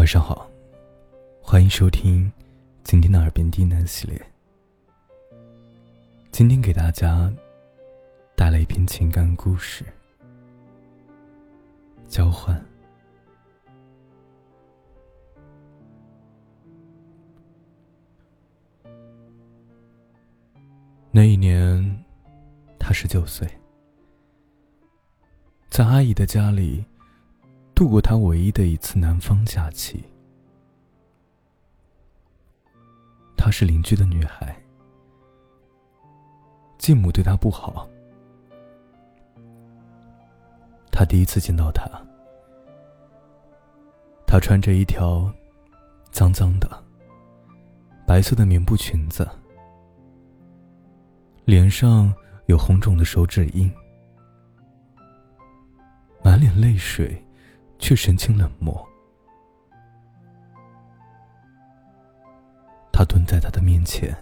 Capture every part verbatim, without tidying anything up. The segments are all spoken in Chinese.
晚上好，欢迎收听今天的耳边低喃系列。今天给大家带来一篇情感故事，交换。那一年他十九岁，在阿姨的家里度过他唯一的一次南方假期。她是邻居的女孩，继母对她不好。他第一次见到她，她穿着一条脏脏的白色的棉布裙子，脸上有红肿的手指印，满脸泪水却神情冷漠。他蹲在他的面前，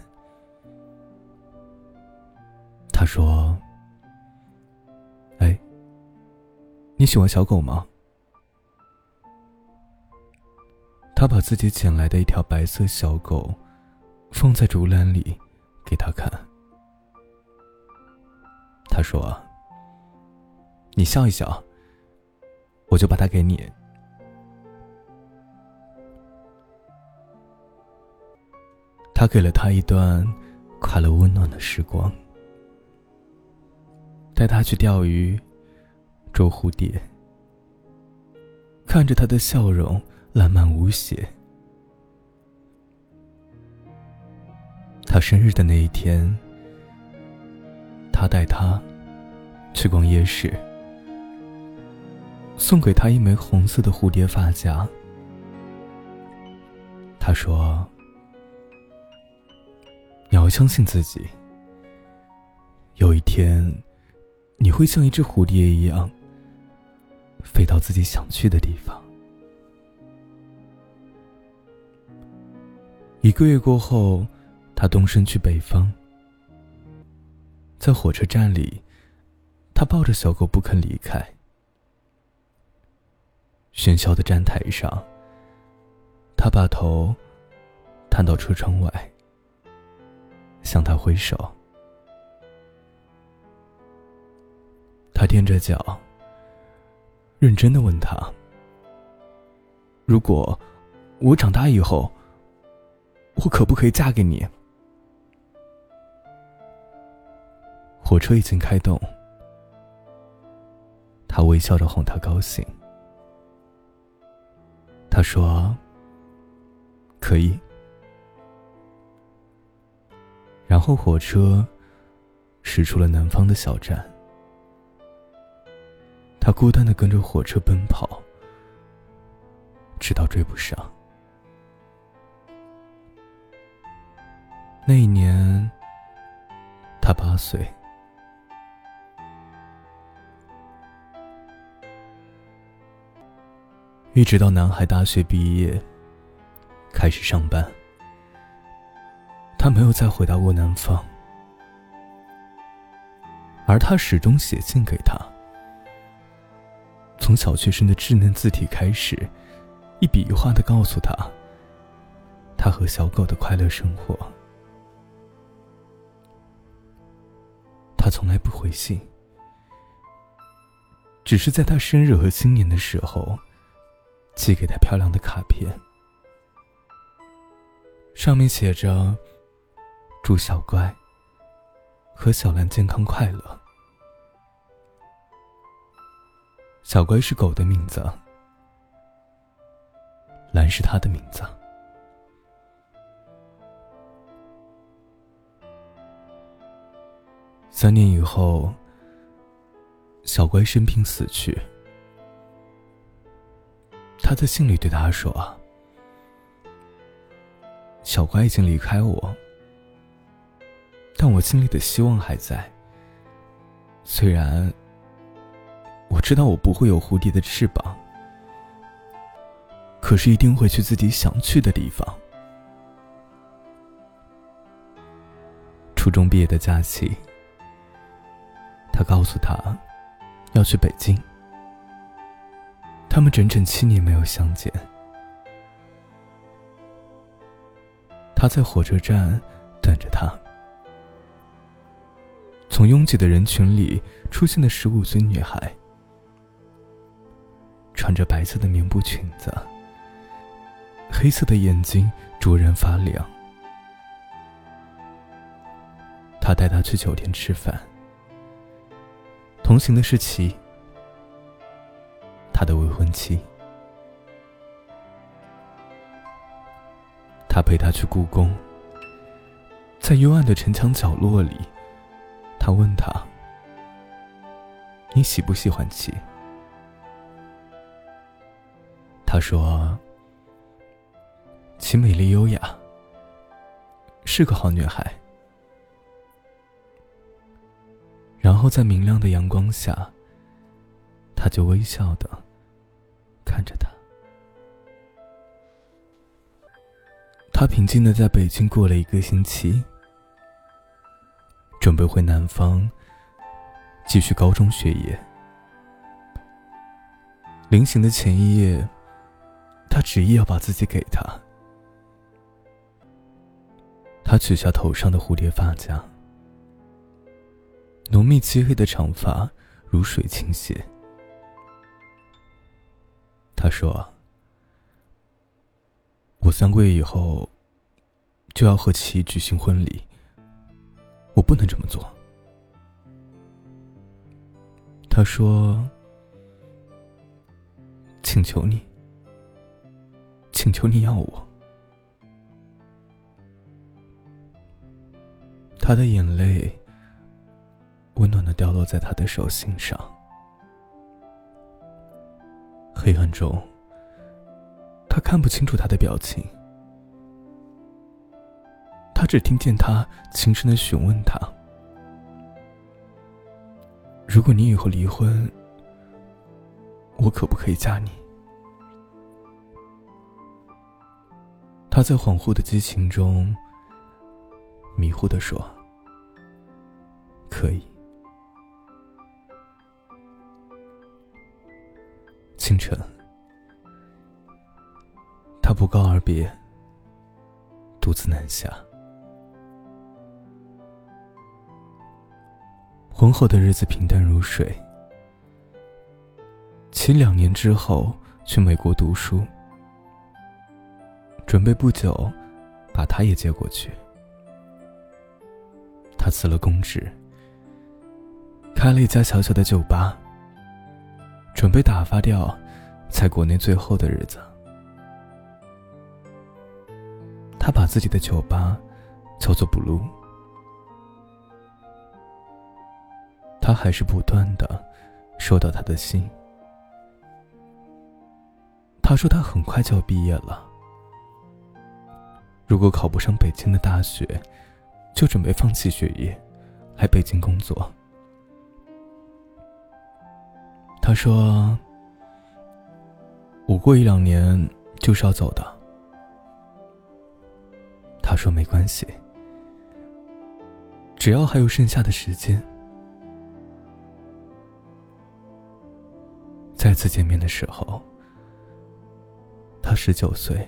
他说：哎，你喜欢小狗吗？他把自己捡来的一条白色小狗放在竹篮里给他看。他说：你笑一笑，我就把它给你。他给了他一段快乐温暖的时光，带他去钓鱼，捉蝴蝶，看着他的笑容烂漫无邪。他生日的那一天，他带他去逛夜市，送给他一枚红色的蝴蝶发夹。他说：你要相信自己，有一天你会像一只蝴蝶一样飞到自己想去的地方。一个月过后，他动身去北方。在火车站里，他抱着小狗不肯离开。喧嚣的站台上，他把头探到车窗外，向他挥手。他踮着脚，认真地问他：如果我长大以后，我可不可以嫁给你？火车已经开动，他微笑着哄他高兴。他说：可以。然后火车驶出了南方的小站，他孤单地跟着火车奔跑，直到追不上。那一年他八岁。一直到男孩大学毕业，开始上班，他没有再回到过南方，而他始终写信给他，从小学生的稚嫩字体开始，一笔一画地告诉他他和小狗的快乐生活。他从来不回信，只是在他生日和新年的时候寄给他漂亮的卡片，上面写着祝小乖和小蓝健康快乐。小乖是狗的名字，蓝是他的名字。三年以后，小乖生病死去。他在信里对他说：小乖已经离开我，但我心里的希望还在。虽然我知道我不会有蝴蝶的翅膀，可是一定会去自己想去的地方。初中毕业的假期，他告诉他要去北京。他们整整七年没有相见。 他在火车站等着他。从拥挤的人群里出现的十五岁女孩，穿着白色的棉布裙子，黑色的眼睛灼人发亮。他带她去酒店吃饭，同行的是琪，他的未婚妻。他陪她去故宫，在幽暗的城墙角落里，他问她：“你喜不喜欢琪？”他说：“琪美丽优雅，是个好女孩。”然后在明亮的阳光下，他就微笑地看着她。他平静地在北京过了一个星期，准备回南方继续高中学业。临行的前一夜，他执意要把自己给他。他取下头上的蝴蝶发夹，浓密漆黑的长发如水倾泻。他说：“我三个月以后就要和琪举行婚礼，我不能这么做。”他说：“请求你，请求你要我。”他的眼泪温暖地掉落在他的手心上。黑暗中，他看不清楚他的表情，他只听见他轻声地询问他：“如果你以后离婚，我可不可以嫁你？”他在恍惚的激情中迷糊地说：“可以。”清晨，他不告而别，独自南下。婚后的日子平淡如水。其两年之后去美国读书，准备不久把他也接过去。他辞了公职，开了一家小小的酒吧，准备打发掉在国内最后的日子。他把自己的酒吧叫做 Blue。 他还是不断地收到他的信。他说他很快就要毕业了，如果考不上北京的大学，就准备放弃学业，来北京工作。他说我过一两年就是要走的。他说没关系，只要还有剩下的时间。再次见面的时候，他十九岁，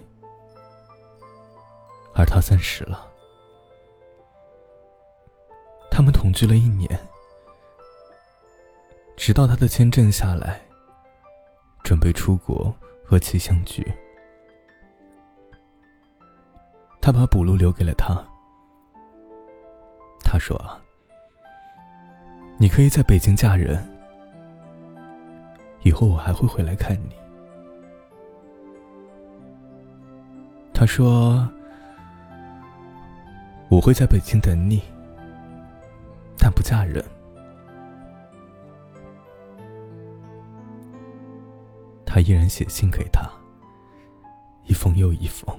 而他三十了。他们同居了一年，直到他的签证下来，准备出国和其相聚。他把补录留给了他。他说啊，你可以在北京嫁人，以后我还会回来看你。他说我会在北京等你，但不嫁人。他依然写信给他，一封又一封，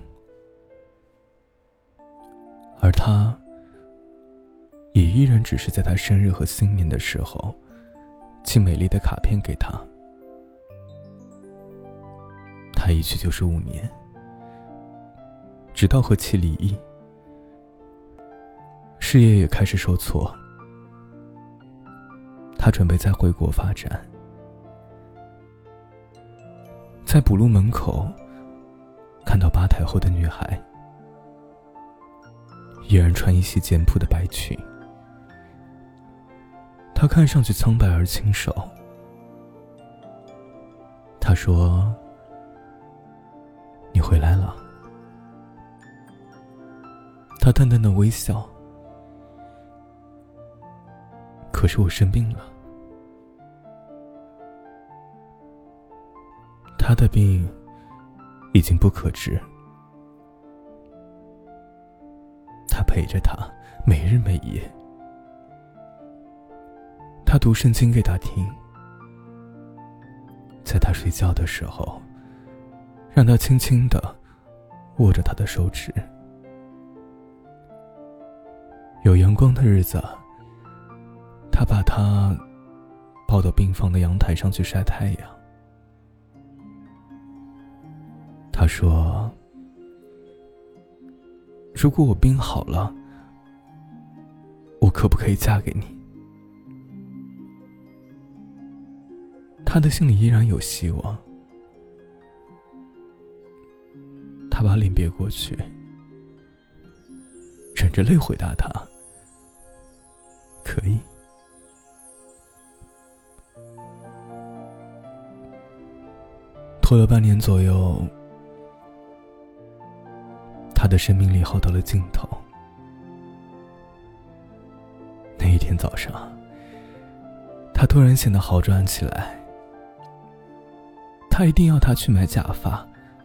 而他也依然只是在他生日和新年的时候寄美丽的卡片给他。他一去就是五年，直到和其离异，事业也开始受挫。他准备再回国发展。在补录门口看到吧台后的女孩， 依然穿一袭简朴的白裙。她看上去苍白而清瘦。她说：“你回来了。”她淡淡的微笑。可是我生病了。她的病已经不可治。他陪着她，每日每夜。他读圣经给她听，在她睡觉的时候，让她轻轻地握着她的手指。有阳光的日子，他把她抱到病房的阳台上去晒太阳。他说：“如果我病好了，我可不可以嫁给你？”他的心里依然有希望。他把脸别过去，忍着泪回答他：“可以。”拖了半年左右，他的生命力耗到了尽头。那一天早上，他突然显得好转起来。他一定要他去买假发，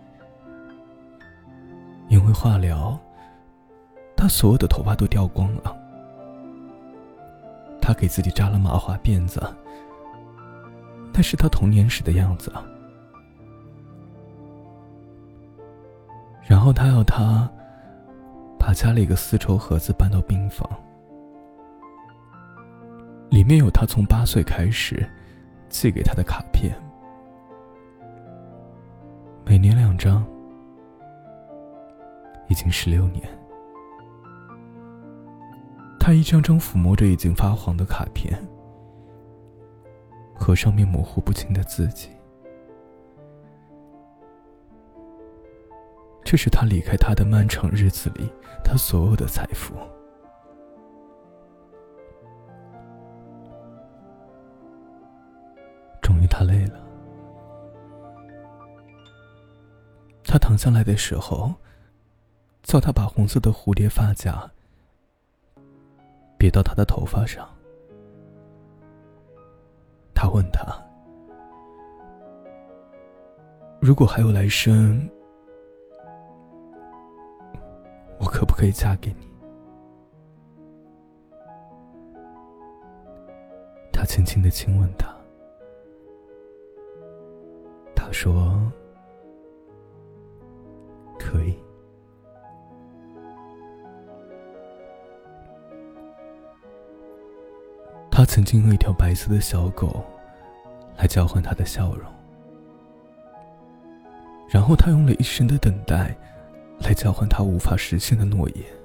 因为化疗，他所有的头发都掉光了。他给自己扎了麻花辫子，那是他童年时的样子。然后他要他把家里一个丝绸盒子搬到病房，里面有他从八岁开始寄给他的卡片，每年两张，已经十六年。他一张张抚摸着已经发黄的卡片和上面模糊不清的字迹。这是他离开他的漫长日子里他所有的财富。终于他累了，他躺下来的时候，叫他把红色的蝴蝶发夹别到他的头发上。他问他，如果还有来生，我可不可以嫁给你？他轻轻地亲吻她。他说：“可以。”他曾经用一条白色的小狗来交换他的笑容，然后他用了一生的等待来交换他无法实现的诺言。